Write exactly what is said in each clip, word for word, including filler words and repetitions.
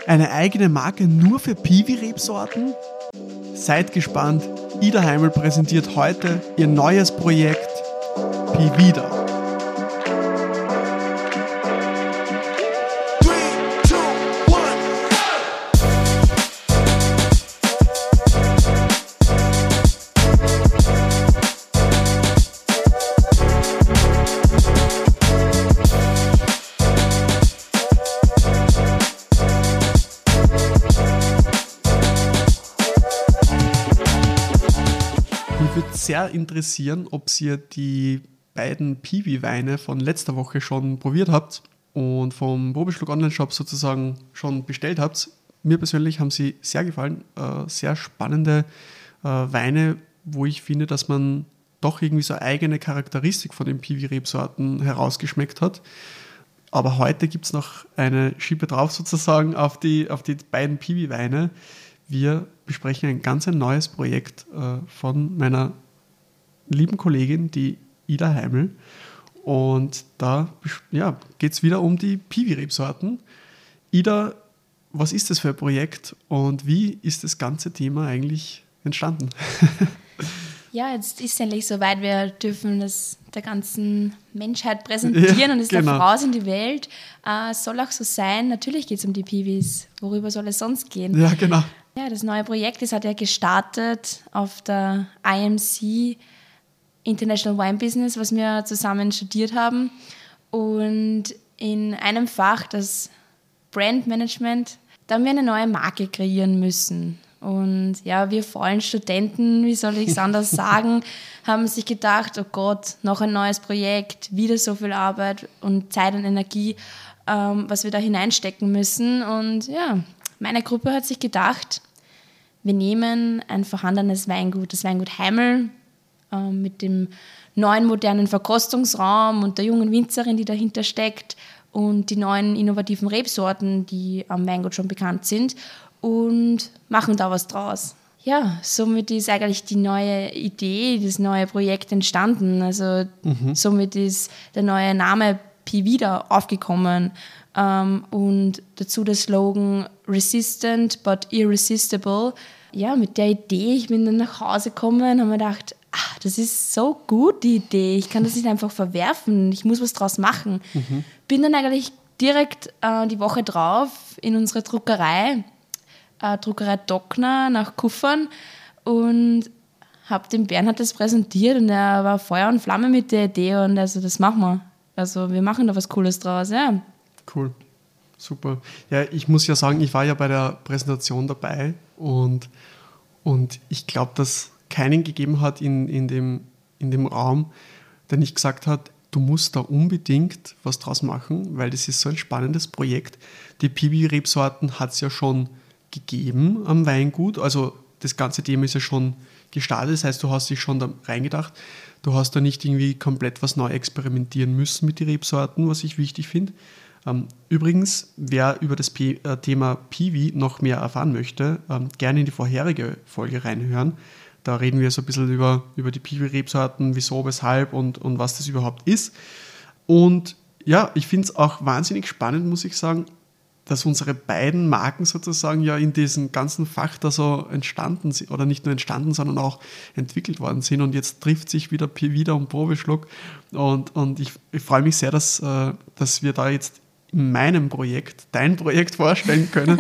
Eine eigene Marke nur für Piwi-Rebsorten? Seid gespannt, Ida Heiml präsentiert heute ihr neues Projekt Pivida. Mich würde sehr interessieren, ob ihr die beiden Piwi-Weine von letzter Woche schon probiert habt und vom Probeschluck Online-Shop sozusagen schon bestellt habt. Mir persönlich haben sie sehr gefallen. Äh, sehr spannende äh, Weine, wo ich finde, dass man doch irgendwie so eine eigene Charakteristik von den Piwi-Rebsorten herausgeschmeckt hat. Aber heute gibt es noch eine Schippe drauf sozusagen auf die, auf die beiden Piwi-Weine. Wir besprechen ein ganz ein neues Projekt äh, von meiner lieben Kollegin, die Ida Heiml. Und da ja, geht es wieder um die Piwi-Rebsorten. Ida, was ist das für ein Projekt und wie ist das ganze Thema eigentlich entstanden? Ja, jetzt ist es endlich soweit, wir dürfen das der ganzen Menschheit präsentieren ja, und es genau. darf raus in die Welt. Äh, soll auch so sein, natürlich geht es um die Piwis. Worüber soll es sonst gehen? Ja, genau. Ja, das neue Projekt, das hat ja gestartet auf der I M C International Wine Business, was wir zusammen studiert haben. Und in einem Fach, das Brand Management, da haben wir eine neue Marke kreieren müssen. Und ja, wir vollen Studenten, wie soll ich es anders sagen, haben sich gedacht, oh Gott, noch ein neues Projekt, wieder so viel Arbeit und Zeit und Energie, ähm, was wir da hineinstecken müssen. Und ja, meine Gruppe hat sich gedacht, wir nehmen ein vorhandenes Weingut, das Weingut Heiml, äh, mit dem neuen modernen Verkostungsraum und der jungen Winzerin, die dahinter steckt und die neuen innovativen Rebsorten, die am Weingut schon bekannt sind, und machen da was draus. Ja, somit ist eigentlich die neue Idee, das neue Projekt entstanden. Also mhm. somit ist der neue Name Pivida aufgekommen. Ähm, und dazu der Slogan Resistant but Irresistible. Ja, mit der Idee, ich bin dann nach Hause gekommen und habe mir gedacht, ach, das ist so gut, die Idee. Ich kann das nicht einfach verwerfen. Ich muss was draus machen. Mhm. Bin dann eigentlich direkt äh, die Woche drauf in unsere Druckerei, äh, Druckerei Dockner nach Kuffern, und habe dem Bernhard das präsentiert und er war Feuer und Flamme mit der Idee und also das machen wir. Also wir machen da was Cooles draus, ja. Cool, super. Ja, ich muss ja sagen, ich war ja bei der Präsentation dabei und, und ich glaube, dass keinen gegeben hat in, in, dem, in dem Raum, der nicht gesagt hat, du musst da unbedingt was draus machen, weil das ist so ein spannendes Projekt. Die Piwi-Rebsorten hat es ja schon gegeben am Weingut, also das ganze Thema ist ja schon gestartet, das heißt, du hast dich schon da reingedacht, du hast da nicht irgendwie komplett was neu experimentieren müssen mit den Rebsorten, was ich wichtig finde. Ähm, übrigens, wer über das P- äh, Thema Piwi noch mehr erfahren möchte, ähm, gerne in die vorherige Folge reinhören. Da reden wir so ein bisschen über, über die Piwi-Rebsorten, wieso, weshalb und, und was das überhaupt ist. Und ja, ich finde es auch wahnsinnig spannend, muss ich sagen, dass unsere beiden Marken sozusagen ja in diesem ganzen Fach da so entstanden sind, oder nicht nur entstanden, sondern auch entwickelt worden sind. Und jetzt trifft sich wieder Pivida und Probeschluck. Und, und ich, ich freue mich sehr, dass, äh, dass wir da jetzt in meinem Projekt, dein Projekt vorstellen können.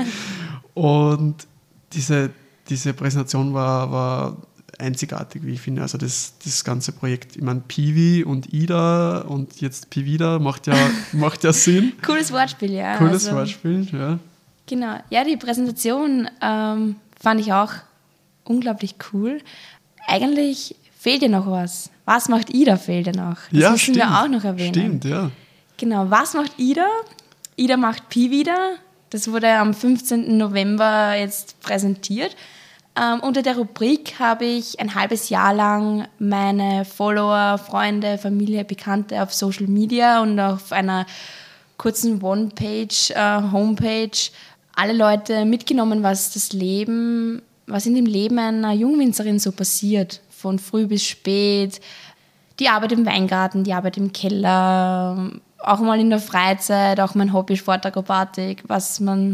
Und diese, diese Präsentation war, war einzigartig, wie ich finde. Also das, das ganze Projekt, ich meine, Piwi und Ida und jetzt Pivida macht ja, macht ja Sinn. Cooles Wortspiel, ja. Cooles also, Wortspiel, ja. Genau. Ja, die Präsentation ähm, fand ich auch unglaublich cool. Eigentlich fehlt ja noch was. Was macht Ida fehlt ja noch? Das ja, müssen stimmt. wir auch noch erwähnen. Stimmt, ja. Genau, was macht Ida? Ida macht Pivida. Das wurde am fünfzehnten November jetzt präsentiert. Ähm, unter der Rubrik habe ich ein halbes Jahr lang meine Follower, Freunde, Familie, Bekannte auf Social Media und auf einer kurzen One-Page, äh, Homepage alle Leute mitgenommen, was das Leben, was in dem Leben einer Jungwinzerin so passiert, von früh bis spät, die Arbeit im Weingarten, die Arbeit im Keller, auch mal in der Freizeit, auch mein Hobby Sportakrobatik, was man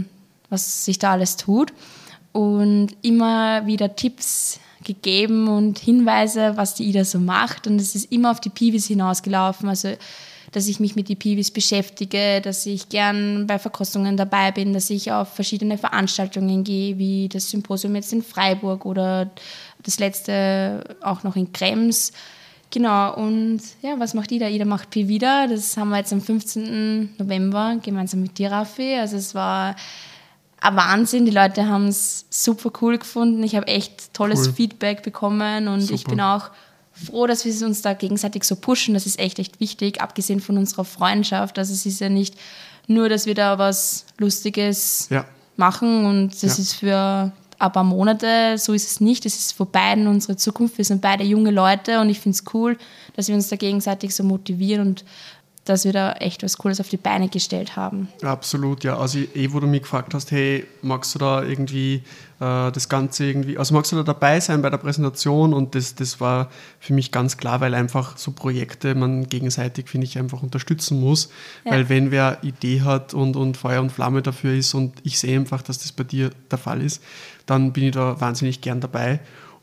was sich da alles tut. Und immer wieder Tipps gegeben und Hinweise, was die Ida so macht. Und es ist immer auf die Piwis hinausgelaufen. Also, dass ich mich mit den Piwis beschäftige, dass ich gern bei Verkostungen dabei bin, dass ich auf verschiedene Veranstaltungen gehe, wie das Symposium jetzt in Freiburg oder das letzte auch noch in Krems. Genau, und ja, was macht Ida? Ida macht Pivida. Das haben wir jetzt am fünfzehnten November gemeinsam mit dir, Raffi. Also es war ein Wahnsinn. Die Leute haben es super cool gefunden. Ich habe echt tolles cool. Feedback bekommen und super. Ich bin auch froh, dass wir uns da gegenseitig so pushen. Das ist echt, echt wichtig, abgesehen von unserer Freundschaft. Also es ist ja nicht nur, dass wir da was Lustiges ja. machen und das ja. ist für ein paar Monate, so ist es nicht. Es ist für beiden unsere Zukunft. Wir sind beide junge Leute und ich finde es cool, dass wir uns da gegenseitig so motivieren und dass wir da echt was Cooles auf die Beine gestellt haben. Absolut, ja. Also eh, wo du mich gefragt hast, hey, magst du da irgendwie äh, das Ganze irgendwie, also magst du da dabei sein bei der Präsentation? Und das, das war für mich ganz klar, weil einfach so Projekte man gegenseitig, finde ich, einfach unterstützen muss. Ja. Weil wenn wer Idee hat und, und Feuer und Flamme dafür ist und ich sehe einfach, dass das bei dir der Fall ist, dann bin ich da wahnsinnig gern dabei.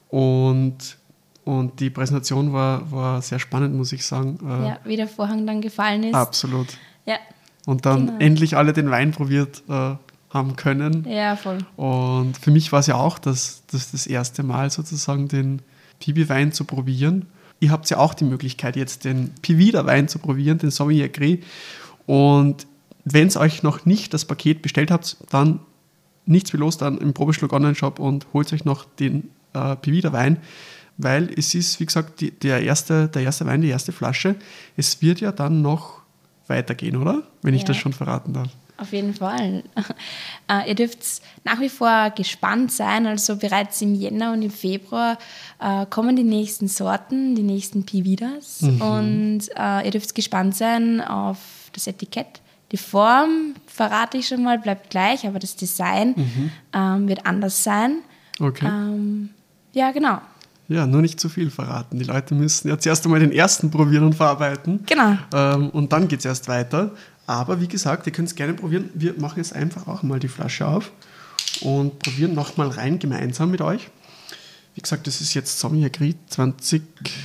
Und Und die Präsentation war, war sehr spannend, muss ich sagen. Ja, wie der Vorhang dann gefallen ist. Absolut. Ja. Und dann genau. endlich alle den Wein probiert äh, haben können. Ja, voll. Und für mich war es ja auch das, das, das erste Mal sozusagen, den Piwi-Wein zu probieren. Ihr habt ja auch die Möglichkeit, jetzt den Pivida-Wein zu probieren, den Sauvignon Gris. Und wenn ihr euch noch nicht das Paket bestellt habt, dann nichts wie los, dann im Probeschluck Online-Shop und holt euch noch den äh, Pivida-Wein. Weil es ist, wie gesagt, die, der, erste, der erste Wein, die erste Flasche. Es wird ja dann noch weitergehen, oder? Wenn ich ja. das schon verraten darf. Auf jeden Fall. Äh, ihr dürft nach wie vor gespannt sein. Also bereits im Jänner und im Februar äh, kommen die nächsten Sorten, die nächsten Pividas. Mhm. Und äh, ihr dürft gespannt sein auf das Etikett. Die Form, verrate ich schon mal, bleibt gleich, aber das Design mhm. ähm, wird anders sein. Okay. Ähm, ja, genau. Ja, nur nicht zu viel verraten. Die Leute müssen ja zuerst einmal den ersten probieren und verarbeiten. Genau. Ähm, und dann geht es erst weiter. Aber wie gesagt, ihr könnt es gerne probieren. Wir machen jetzt einfach auch mal die Flasche auf und probieren nochmal rein gemeinsam mit euch. Wie gesagt, das ist jetzt Sauvignon Gris zwanzig,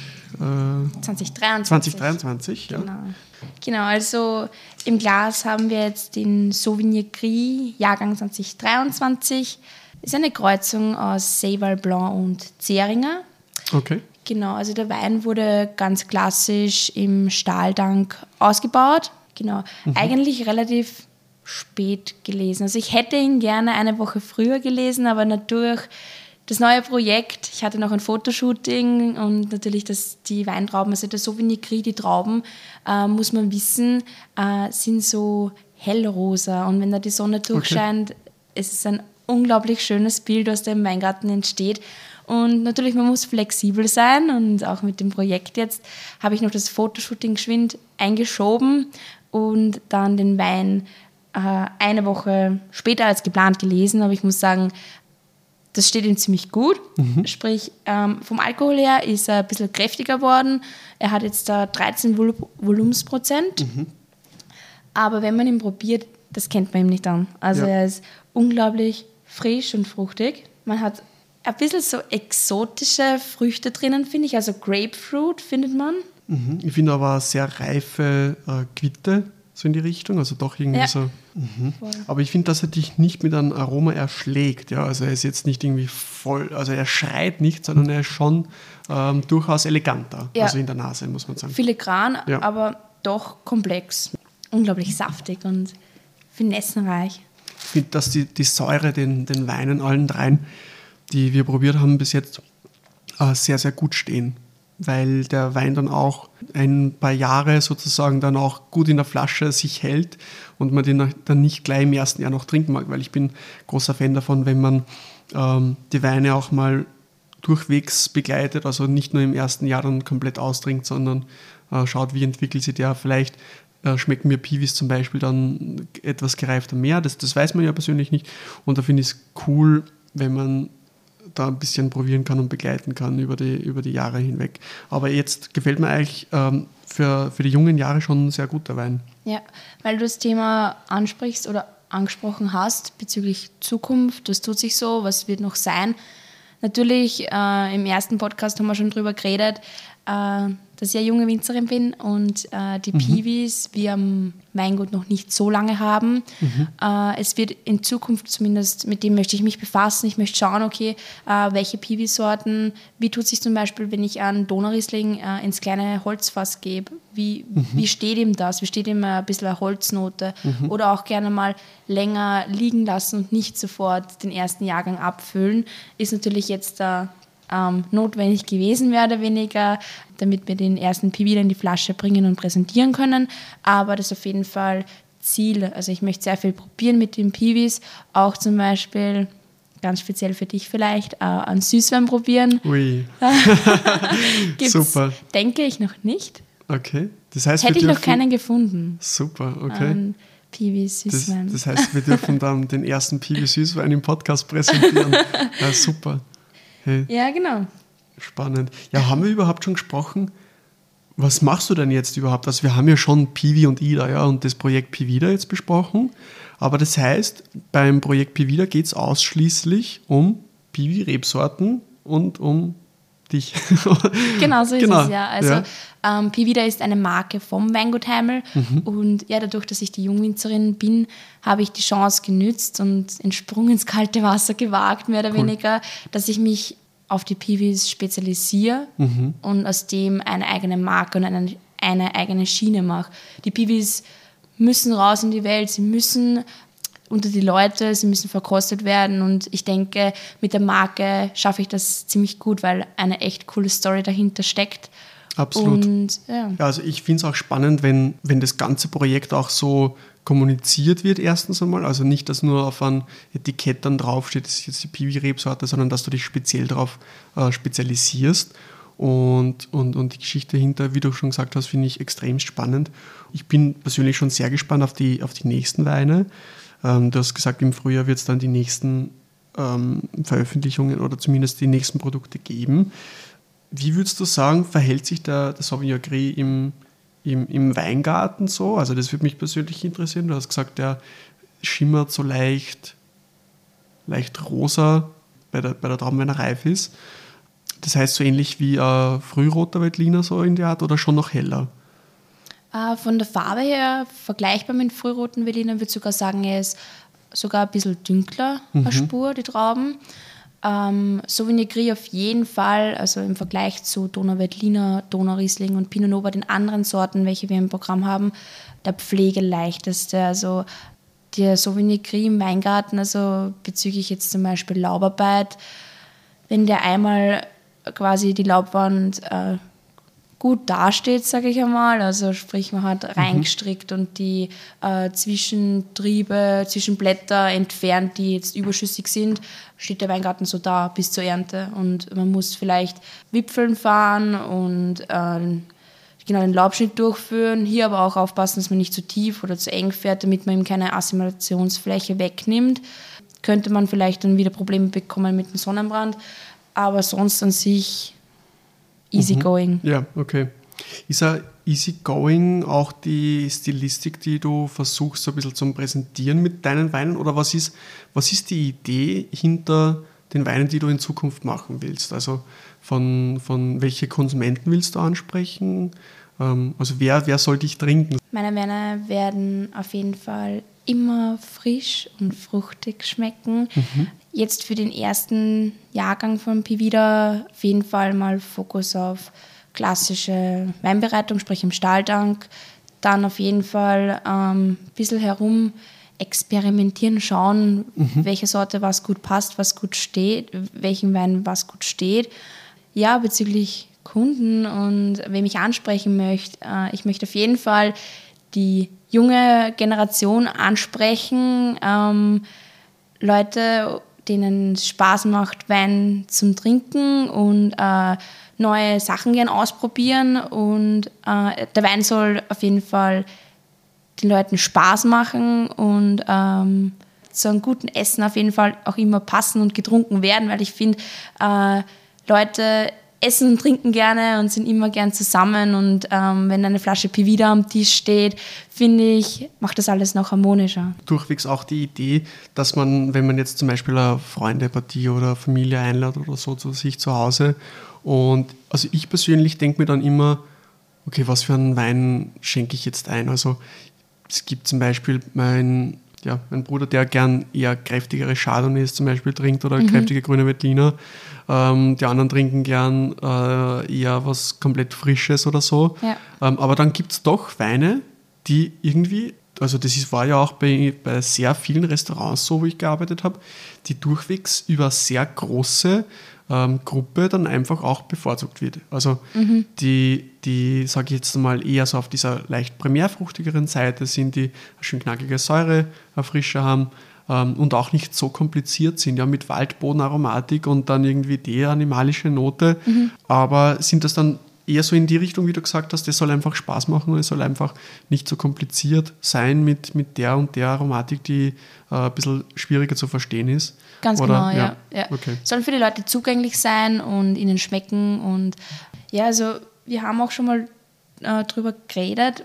äh, zwanzig dreiundzwanzig. zwanzig dreiundzwanzig, ja. Genau. Genau, also im Glas haben wir jetzt den Sauvignon Gris Jahrgang zwanzig dreiundzwanzig. Das ist eine Kreuzung aus Seyval Blanc und Zähringer. Okay. Genau, also der Wein wurde ganz klassisch im Stahltank ausgebaut. Genau, mhm. eigentlich relativ spät gelesen. Also ich hätte ihn gerne eine Woche früher gelesen, aber natürlich das neue Projekt, ich hatte noch ein Fotoshooting und natürlich das, die Weintrauben, also der Sauvignon Gris, die Trauben, äh, muss man wissen, äh, sind so hellrosa und wenn da die Sonne durchscheint, okay. es ist ein unglaublich schönes Bild, was da im Weingarten entsteht. Und natürlich, man muss flexibel sein und auch mit dem Projekt jetzt habe ich noch das Fotoshooting geschwind eingeschoben und dann den Wein äh, eine Woche später als geplant gelesen. Aber ich muss sagen, das steht ihm ziemlich gut. Mhm. Sprich, ähm, vom Alkohol her ist er ein bisschen kräftiger geworden. Er hat jetzt da dreizehn Vol- Volumensprozent. Mhm. Aber wenn man ihn probiert, das kennt man ihm nicht an. Also ja. er ist unglaublich frisch und fruchtig. Man hat ein bisschen so exotische Früchte drinnen, finde ich. Also Grapefruit findet man. Mhm. Ich finde aber sehr reife äh, Quitte, so in die Richtung. Also doch irgendwie ja. so. Mhm. Aber ich finde, dass er dich nicht mit einem Aroma erschlägt. Ja? Also er ist jetzt nicht irgendwie voll, also er schreit nicht, sondern er ist schon ähm, durchaus eleganter. Ja. Also in der Nase, muss man sagen. Filigran, ja. aber doch komplex. Unglaublich saftig und finessenreich. Ich finde, dass die, die Säure den, den Weinen, allen dreien, die wir probiert haben, bis jetzt äh, sehr, sehr gut stehen. Weil der Wein dann auch ein paar Jahre sozusagen dann auch gut in der Flasche sich hält und man den dann nicht gleich im ersten Jahr noch trinken mag. Weil ich bin großer Fan davon, wenn man ähm, die Weine auch mal durchwegs begleitet, also nicht nur im ersten Jahr dann komplett austrinkt, sondern äh, schaut, wie entwickelt sich der. Vielleicht äh, schmecken mir Piwis zum Beispiel dann etwas gereifter mehr. Das, das weiß man ja persönlich nicht. Und da finde ich es cool, wenn man da ein bisschen probieren kann und begleiten kann über die, über die Jahre hinweg. Aber jetzt gefällt mir eigentlich ähm, für, für die jungen Jahre schon sehr gut der Wein. Ja, weil du das Thema ansprichst oder angesprochen hast bezüglich Zukunft, was tut sich so, was wird noch sein. Natürlich, äh, im ersten Podcast haben wir schon drüber geredet, äh, dass ich eine junge Winzerin bin und äh, die mhm. Piwis wir am Weingut noch nicht so lange haben. Mhm. Äh, es wird in Zukunft zumindest, mit dem möchte ich mich befassen. Ich möchte schauen, okay, äh, welche Piwi-Sorten, wie tut sich zum Beispiel, wenn ich einen Donau-Riesling äh, ins kleine Holzfass gebe, wie, mhm. wie steht ihm das? Wie steht ihm ein bisschen eine Holznote? Mhm. Oder auch gerne mal länger liegen lassen und nicht sofort den ersten Jahrgang abfüllen, ist natürlich jetzt da äh, Ähm, notwendig gewesen, mehr oder weniger, damit wir den ersten Piwi in die Flasche bringen und präsentieren können. Aber das ist auf jeden Fall Ziel. Also ich möchte sehr viel probieren mit den Piwis. Auch zum Beispiel, ganz speziell für dich vielleicht, äh, einen Süßwein probieren. Ui. Super. Denke ich noch nicht. Okay. Das heißt, Hätte ich noch keinen gefunden. Super, okay. Ähm, Piwi Süßwein. Das, das heißt, wir dürfen dann den ersten Piwi Süßwein im Podcast präsentieren. Ja, super. Hey. Ja, genau. Spannend. Ja, haben wir überhaupt schon gesprochen? Was machst du denn jetzt überhaupt? Also wir haben ja schon Piwi und Ida, ja, und das Projekt Pivida jetzt besprochen. Aber das heißt, beim Projekt Pivida geht es ausschließlich um Piwi-Rebsorten und um dich. Genau, so ist genau. es, ja. Also ja. Ähm, Pivida ist eine Marke vom Weingut Heimel mhm. und ja, dadurch, dass ich die Jungwinzerin bin, habe ich die Chance genützt und den Sprung ins kalte Wasser gewagt, mehr oder cool. weniger, dass ich mich auf die Piwis spezialisiere mhm. und aus dem eine eigene Marke und eine, eine eigene Schiene mache. Die Piwis müssen raus in die Welt, sie müssen unter die Leute, sie müssen verkostet werden und ich denke, mit der Marke schaffe ich das ziemlich gut, weil eine echt coole Story dahinter steckt. Absolut. Und, ja. Ja, also ich finde es auch spannend, wenn, wenn das ganze Projekt auch so kommuniziert wird, erstens einmal. Also nicht, dass nur auf einem Etikett dann draufsteht, das ist jetzt die Piwi-Rebsorte, sondern dass du dich speziell darauf äh, spezialisierst. Und, und, und die Geschichte dahinter, wie du schon gesagt hast, finde ich extrem spannend. Ich bin persönlich schon sehr gespannt auf die, auf die nächsten Weine. Ähm, du hast gesagt, im Frühjahr wird es dann die nächsten ähm, Veröffentlichungen oder zumindest die nächsten Produkte geben. Wie würdest du sagen, verhält sich der, der Sauvignon Gris im, im, im Weingarten so? Also das würde mich persönlich interessieren. Du hast gesagt, der schimmert so leicht, leicht rosa bei der, bei der Traube, wenn er reif ist. Das heißt so ähnlich wie ein frühroter Veltliner so in der Art oder schon noch heller? Äh, von der Farbe her vergleichbar mit frühroten Veltliner. Ich würde sogar sagen, er ist sogar ein bisschen dünkler, mhm. eine Spur, die Trauben. Ähm, Sauvignon Gris auf jeden Fall, also im Vergleich zu Donau Veltliner, Donau Riesling und Pinot Noir, den anderen Sorten, welche wir im Programm haben, der pflegeleichteste. Also der Sauvignon Gris im Weingarten, also bezüglich jetzt zum Beispiel Laubarbeit, wenn der einmal quasi die Laubwand äh, gut dasteht, sage ich einmal, also sprich man hat reingestrickt mhm. und die äh, Zwischentriebe, Zwischenblätter entfernt, die jetzt überschüssig sind, steht der Weingarten so da bis zur Ernte und man muss vielleicht Wipfeln fahren und äh, genau den Laubschnitt durchführen, hier aber auch aufpassen, dass man nicht zu tief oder zu eng fährt, damit man ihm keine Assimilationsfläche wegnimmt. Könnte man vielleicht dann wieder Probleme bekommen mit dem Sonnenbrand, aber sonst an sich easygoing. Ja, okay. Ist er easygoing auch die Stilistik, die du versuchst so ein bisschen zu präsentieren mit deinen Weinen? Oder was ist, was ist die Idee hinter den Weinen, die du in Zukunft machen willst? Also von, von welche Konsumenten willst du ansprechen? Ähm, also wer, wer soll dich trinken? Meine Weine werden auf jeden Fall immer frisch und fruchtig schmecken. Mhm. Jetzt für den ersten Jahrgang von Pivida auf jeden Fall mal Fokus auf klassische Weinbereitung, sprich im Stahltank. Dann auf jeden Fall ähm, ein bisschen herum experimentieren, schauen, mhm. welche Sorte was gut passt, was gut steht, welchen Wein was gut steht. Ja, bezüglich Kunden und wem ich ansprechen möchte. Äh, ich möchte auf jeden Fall die junge Generation ansprechen, ähm, Leute, denen es Spaß macht, Wein zum Trinken und äh, neue Sachen gern ausprobieren. Und äh, der Wein soll auf jeden Fall den Leuten Spaß machen und ähm, zu einem guten Essen auf jeden Fall auch immer passen und getrunken werden, weil ich finde, äh, Leute essen und trinken gerne und sind immer gern zusammen. Und ähm, wenn eine Flasche Pivida am Tisch steht, finde ich, macht das alles noch harmonischer. Durchwegs auch die Idee, dass man, wenn man jetzt zum Beispiel eine Freundepartie oder Familie einlädt oder so zu sich zu Hause, und also ich persönlich denke mir dann immer, okay, was für einen Wein schenke ich jetzt ein? Also es gibt zum Beispiel mein, ja, mein Bruder, der gern eher kräftigere Chardonnays zum Beispiel trinkt oder mhm. kräftige grüne Veltliner. Ähm, die anderen trinken gern äh, eher was komplett Frisches oder so. Ja. Ähm, aber dann gibt es doch Weine, die irgendwie, also das ist, war ja auch bei, bei sehr vielen Restaurants so, wo ich gearbeitet habe, die durchwegs über sehr große ähm, Gruppe dann einfach auch bevorzugt wird. Also mhm. die, die sage ich jetzt mal, eher so auf dieser leicht primärfruchtigeren Seite sind, die eine schön knackige Säure, eine Frische haben, und auch nicht so kompliziert sind, ja, mit Waldbodenaromatik und dann irgendwie die animalische Note, mhm. aber sind das dann eher so in die Richtung, wie du gesagt hast, das soll einfach Spaß machen und es soll einfach nicht so kompliziert sein mit, mit der und der Aromatik, die äh, ein bisschen schwieriger zu verstehen ist. Ganz Oder? genau, ja. ja. ja. Okay. Sollen für die Leute zugänglich sein und ihnen schmecken und ja, also wir haben auch schon mal äh, drüber geredet,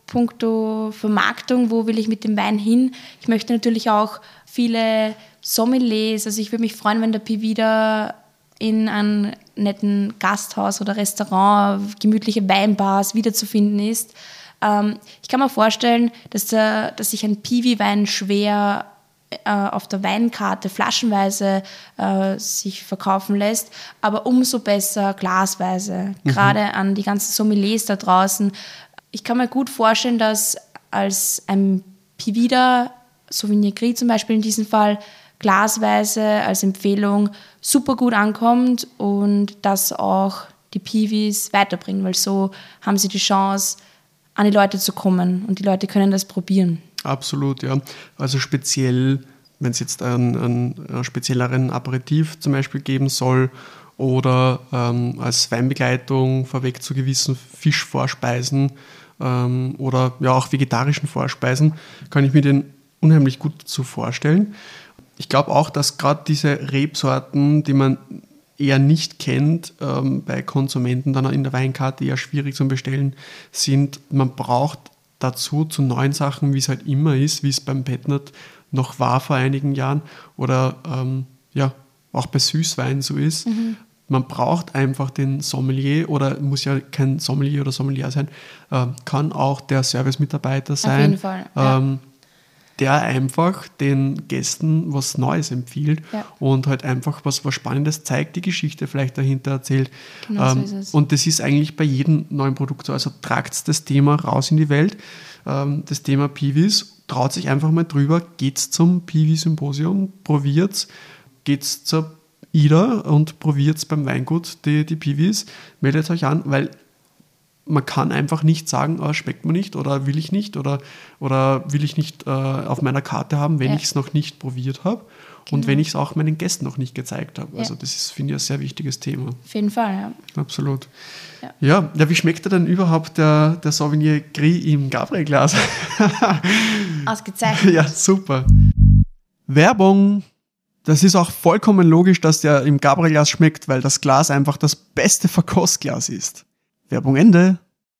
punkto Vermarktung, wo will ich mit dem Wein hin? Ich möchte natürlich auch viele Sommeliers, also ich würde mich freuen, wenn der Pivida in einem netten Gasthaus oder Restaurant, gemütliche Weinbars wiederzufinden ist. Ähm, ich kann mir vorstellen, dass, der, dass sich ein Piwi-Wein schwer äh, auf der Weinkarte flaschenweise äh, sich verkaufen lässt, aber umso besser glasweise. Mhm. Gerade an die ganzen Sommeliers da draußen. Ich kann mir gut vorstellen, dass als ein Pivida, Sauvignon Gris zum Beispiel in diesem Fall, glasweise als Empfehlung super gut ankommt und das auch die Piwis weiterbringen, weil so haben sie die Chance, an die Leute zu kommen und die Leute können das probieren. Absolut, ja. Also speziell, wenn es jetzt einen, einen, einen spezielleren Aperitif zum Beispiel geben soll oder ähm, als Weinbegleitung vorweg zu gewissen Fischvorspeisen ähm, oder ja auch vegetarischen Vorspeisen, kann ich mir den unheimlich gut so vorstellen. Ich glaube auch, dass gerade diese Rebsorten, die man eher nicht kennt, ähm, bei Konsumenten dann in der Weinkarte eher schwierig zu bestellen sind. Man braucht dazu zu neuen Sachen, wie es halt immer ist, wie es beim Petnat noch war vor einigen Jahren oder ähm, ja, auch bei Süßwein so ist. Mhm. Man braucht einfach den Sommelier oder muss ja kein Sommelier oder Sommelier sein, äh, kann auch der Servicemitarbeiter sein. Auf jeden Fall, ja. ähm, der einfach den Gästen was Neues empfiehlt ja. und halt einfach was, was Spannendes zeigt, die Geschichte vielleicht dahinter erzählt. Genau ähm, so ist es. Und das ist eigentlich bei jedem neuen Produkt so. Also tragt das Thema raus in die Welt, ähm, das Thema Piwis, traut sich einfach mal drüber, geht's zum Piwi-Symposium, probiert's, geht's zur Ida und probiert's beim Weingut die, die Piwis, meldet euch an, weil man kann einfach nicht sagen, oh, schmeckt mir nicht oder will ich nicht oder, oder will ich nicht äh, auf meiner Karte haben, wenn ja. ich es noch nicht probiert habe genau. und wenn ich es auch meinen Gästen noch nicht gezeigt habe. Ja. Also das ist, finde ich, ein sehr wichtiges Thema. Auf jeden Fall, ja. Absolut. Ja, ja, ja wie schmeckt dir denn überhaupt der, der Sauvignon Gris im Gabriel-Glas? Ausgezeichnet. Ja, super. Werbung. Das ist auch vollkommen logisch, dass der im Gabriel-Glas schmeckt, weil das Glas einfach das beste Verkostglas ist. Werbung Ende.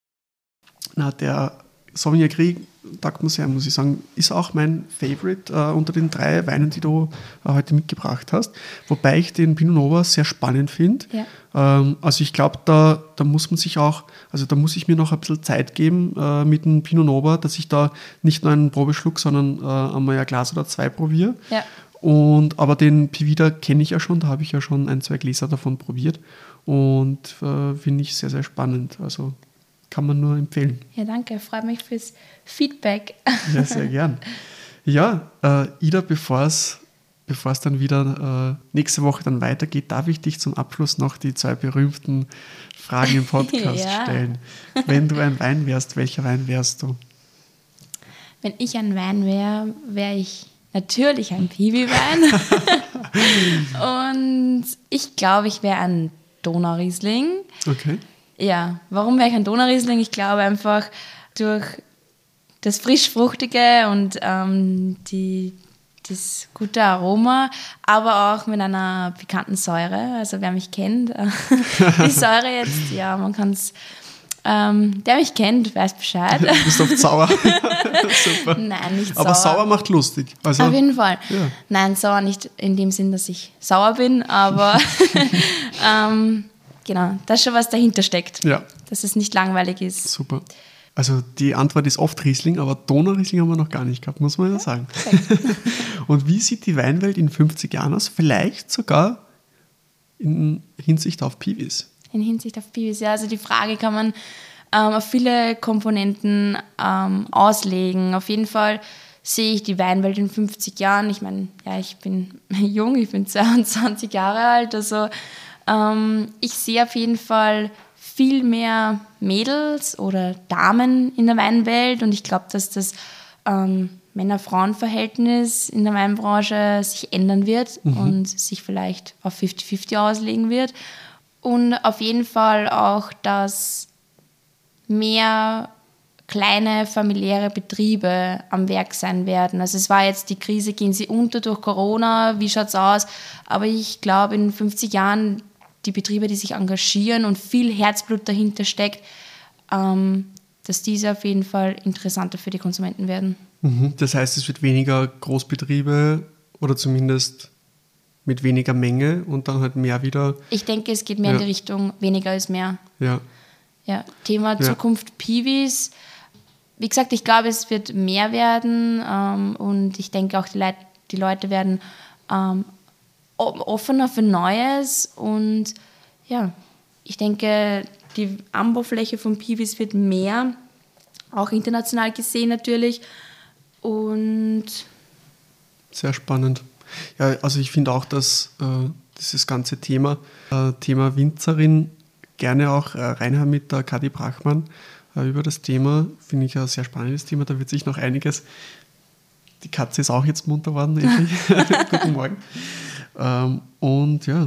Na, der Sauvignon Gris, sagt man sehr, muss ich sagen, ist auch mein Favorite äh, unter den drei Weinen, die du äh, heute mitgebracht hast. Wobei ich den Pinot Noir sehr spannend finde. Ja. Ähm, also ich glaube, da, da muss man sich auch, also da muss ich mir noch ein bisschen Zeit geben äh, mit dem Pinot Noir, dass ich da nicht nur einen Probeschluck, sondern äh, einmal ein Glas oder zwei probiere. Ja. Und, aber den Pivida kenne ich ja schon, da habe ich ja schon ein, zwei Gläser davon probiert. Und äh, finde ich sehr, sehr spannend. Also kann man nur empfehlen. Ja, danke. Freut mich fürs Feedback. Ja, sehr gern. Ja, äh, Ida, bevor es bevor es dann wieder äh, nächste Woche dann weitergeht, darf ich dich zum Abschluss noch die zwei berühmten Fragen im Podcast ja. stellen. Wenn du ein Wein wärst, welcher Wein wärst du? Wenn ich ein Wein wäre, wäre ich natürlich ein Piwi-Wein. Und ich glaube, ich wäre ein Donauriesling. Okay. Ja, warum wäre ich ein Donauriesling? Ich glaube einfach durch das frisch-fruchtige und ähm, die das gute Aroma, aber auch mit einer pikanten Säure. Also wer mich kennt, die Säure jetzt, ja, man kann es, ähm, der mich kennt, weiß Bescheid. Du bist oft sauer. Super. Nein, nicht sauer. Aber sauer macht lustig. Also, auf jeden Fall. Ja. Nein, sauer nicht in dem Sinn, dass ich sauer bin, aber ähm, genau, da ist schon was dahinter steckt, ja. dass es nicht langweilig ist. Super. Also die Antwort ist oft Riesling, aber Donau-Riesling haben wir noch gar nicht gehabt, muss man ja sagen. Und wie sieht die Weinwelt in fünfzig Jahren aus? Vielleicht sogar in Hinsicht auf Piwis. In Hinsicht auf Piwis, ja. Also die Frage kann man ähm, auf viele Komponenten ähm, auslegen. Auf jeden Fall sehe ich die Weinwelt in fünfzig Jahren. Ich meine, ja, ich bin jung, ich bin zweiundzwanzig Jahre alt. Also ähm, ich sehe auf jeden Fall viel mehr Mädels oder Damen in der Weinwelt und ich glaube, dass das ähm, Männer-Frauen-Verhältnis in der Weinbranche sich ändern wird mhm. und sich vielleicht auf fünfzig fünfzig auslegen wird. Und auf jeden Fall auch, dass mehr kleine familiäre Betriebe am Werk sein werden. Also es war jetzt die Krise, gehen sie unter durch Corona, wie schaut es aus? Aber ich glaube, in fünfzig Jahren die Betriebe, die sich engagieren und viel Herzblut dahinter steckt, ähm, dass diese auf jeden Fall interessanter für die Konsumenten werden. Mhm. Das heißt, es wird weniger Großbetriebe oder zumindest mit weniger Menge und dann halt mehr wieder. Ich denke, es geht mehr ja. in die Richtung weniger ist mehr. Ja. Ja. Thema ja. Zukunft Piwis. Wie gesagt, ich glaube, es wird mehr werden ähm, und ich denke auch, die, Leit- die Leute werden ähm, offener für Neues und ja, ich denke, die Anbaufläche von Piwis wird mehr, auch international gesehen natürlich und sehr spannend. Ja, also ich finde auch, dass äh, dieses ganze Thema, äh, Thema Winzerin gerne auch äh, reinhören mit der Kati Brachmann äh, über das Thema, finde ich ein sehr spannendes Thema, da wird sich noch einiges, die Katze ist auch jetzt munter worden, endlich. Guten Morgen. Ähm, und ja,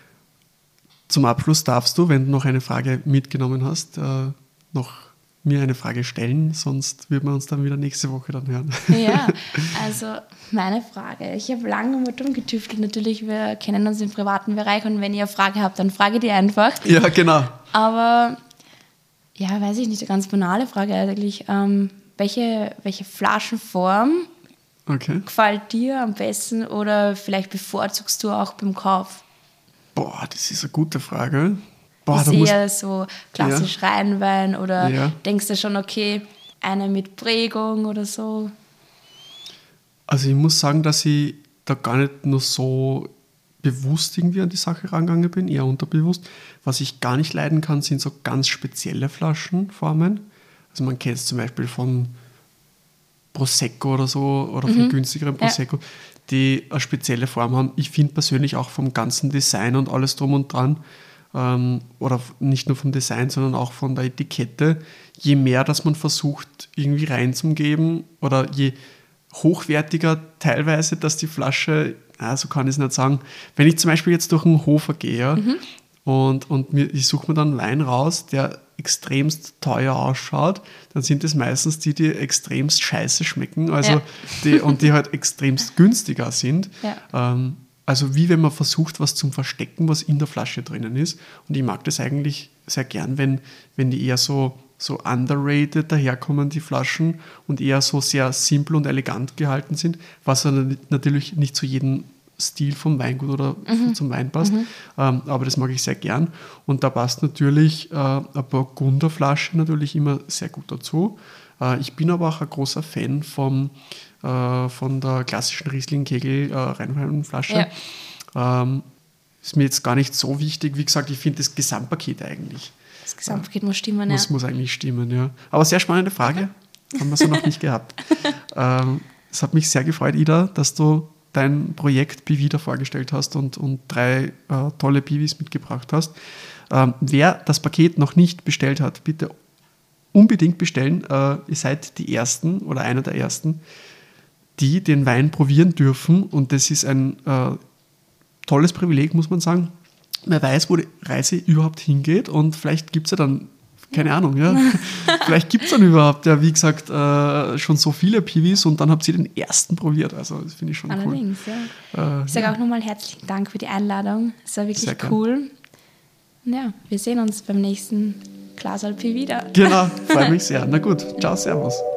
zum Abschluss darfst du, wenn du noch eine Frage mitgenommen hast, äh, noch mir eine Frage stellen, sonst würden wir uns dann wieder nächste Woche dann hören. Ja, also meine Frage. Ich habe lange mit rumgetüftelt. Natürlich, wir kennen uns im privaten Bereich und wenn ihr eine Frage habt, dann frage die einfach. Ja, genau. Aber, ja, weiß ich nicht, eine ganz banale Frage eigentlich. Ähm, welche, welche Flaschenform okay. gefällt dir am besten oder vielleicht bevorzugst du auch beim Kauf? Boah, das ist eine gute Frage. Boah, ist da eher muss, so klassisch ja. Rheinwein oder ja. denkst du schon, okay, eine mit Prägung oder so? Also ich muss sagen, dass ich da gar nicht nur so bewusst irgendwie an die Sache rangegangen bin, eher unterbewusst. Was ich gar nicht leiden kann, sind so ganz spezielle Flaschenformen. Also man kennt es zum Beispiel von Prosecco oder so oder von mhm. günstigeren Prosecco, ja. die eine spezielle Form haben. Ich finde persönlich auch vom ganzen Design und alles drum und dran, ähm, oder nicht nur vom Design, sondern auch von der Etikette, je mehr, dass man versucht irgendwie reinzugeben oder je hochwertiger teilweise, dass die Flasche, ja, so kann ich es nicht sagen, wenn ich zum Beispiel jetzt durch einen Hofer gehe ja, mhm. und, und mir, ich suche mir dann Wein raus, der extremst teuer ausschaut, dann sind es meistens die, die extremst scheiße schmecken, also ja. die, und die halt extremst günstiger sind. Ja. Ähm, also wie wenn man versucht, was zum Verstecken, was in der Flasche drinnen ist. Und ich mag das eigentlich sehr gern, wenn, wenn die eher so, so underrated daherkommen, die Flaschen, und eher so sehr simpel und elegant gehalten sind, was natürlich nicht zu jedem Stil vom Weingut oder mhm. zum Wein passt. Mhm. Ähm, aber das mag ich sehr gern. Und da passt natürlich äh, eine Burgunderflasche natürlich immer sehr gut dazu. Äh, ich bin aber auch ein großer Fan vom, äh, von der klassischen Riesling-Kegel äh, Rheinweinflasche. Ja. Ähm, ist mir jetzt gar nicht so wichtig. Wie gesagt, ich finde das Gesamtpaket eigentlich. Das Gesamtpaket äh, muss stimmen, muss, ja. Muss eigentlich stimmen, ja. Aber sehr spannende Frage. Okay. Haben wir so noch nicht gehabt. Ähm, es hat mich sehr gefreut, Ida, dass du dein Projekt Piwi da vorgestellt hast und, und drei äh, tolle Piwis mitgebracht hast. Ähm, wer das Paket noch nicht bestellt hat, bitte unbedingt bestellen. Äh, ihr seid die Ersten oder einer der Ersten, die den Wein probieren dürfen, und das ist ein äh, tolles Privileg, muss man sagen. Wer weiß, wo die Reise überhaupt hingeht, und vielleicht gibt es ja dann keine Ahnung, ja. Vielleicht gibt es dann überhaupt, ja, wie gesagt, äh, schon so viele P Vs und dann habt ihr den ersten probiert. Also das finde ich schon Allerdings, cool. ja. Äh, ich sage ja. auch nochmal herzlichen Dank für die Einladung. Es war wirklich Sehr gern. cool. Ja, wir sehen uns beim nächsten Glasalp wieder. Genau, freue mich sehr. Na gut, ciao, servus.